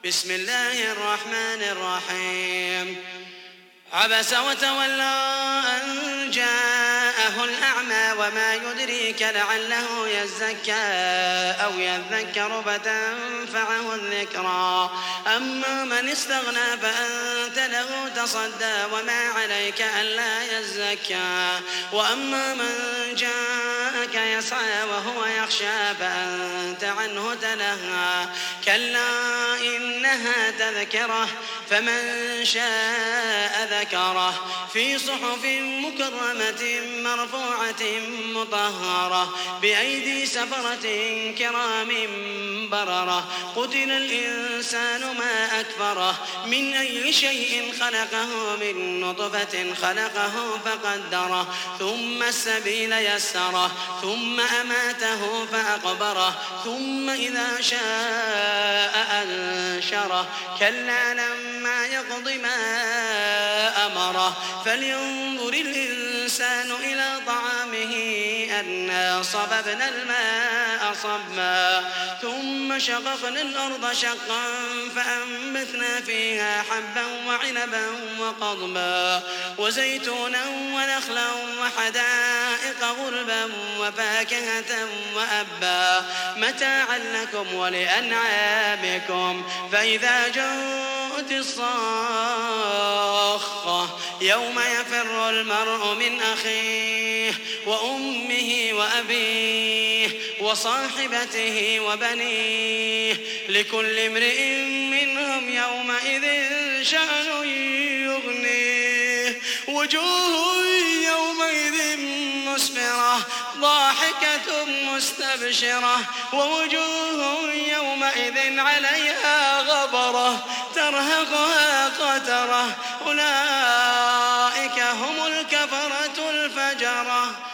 بسم الله الرحمن الرحيم. عبس وتولى أن جاءه الأعمى وما يدريك لعله يزكى أو يذكر فتنفعه الذكرى. أما من استغنى فأنت له تصدى وما عليك ألا يزكى. وأما من جاءك يسعى وهو يخشى فأنت عنه تلهى. كلا إنها تذكرة فمن شاء ذكره في صحف مكرمة مرفوعة مطهرة بأيدي سفرة كرام بررة. قتل الإنسان ما أكفره من أي شيء خلقه من نطفة خلقه فقدره ثم السبيل يسره ثم أماته فأقبره ثم إذا شاء أنشره. كلا لما يقض ما أمره فلينظر الإنسان إلى طعامه أنا صببنا الماء صبا ثم شققنا الأرض شقا فأنبتنا فيها حبا وعنبا وقضبا وزيتونا ونخلا وحدائق غلبا وفاكهة وأبا متاعا لكم ولأنعامكم. فإذا جاءت الصاخة يوم يفر المرء من أخيه وأمه وأبيه وصاحبته وبنيه لكل امرئ منهم يومئذ شأن يغنيه. وجوه يومئذ مسفرة ضاحكة مستبشرة ووجوه يومئذ عليها غبرة ترهقها قترة. أولئك هم الكفرة الفجرة.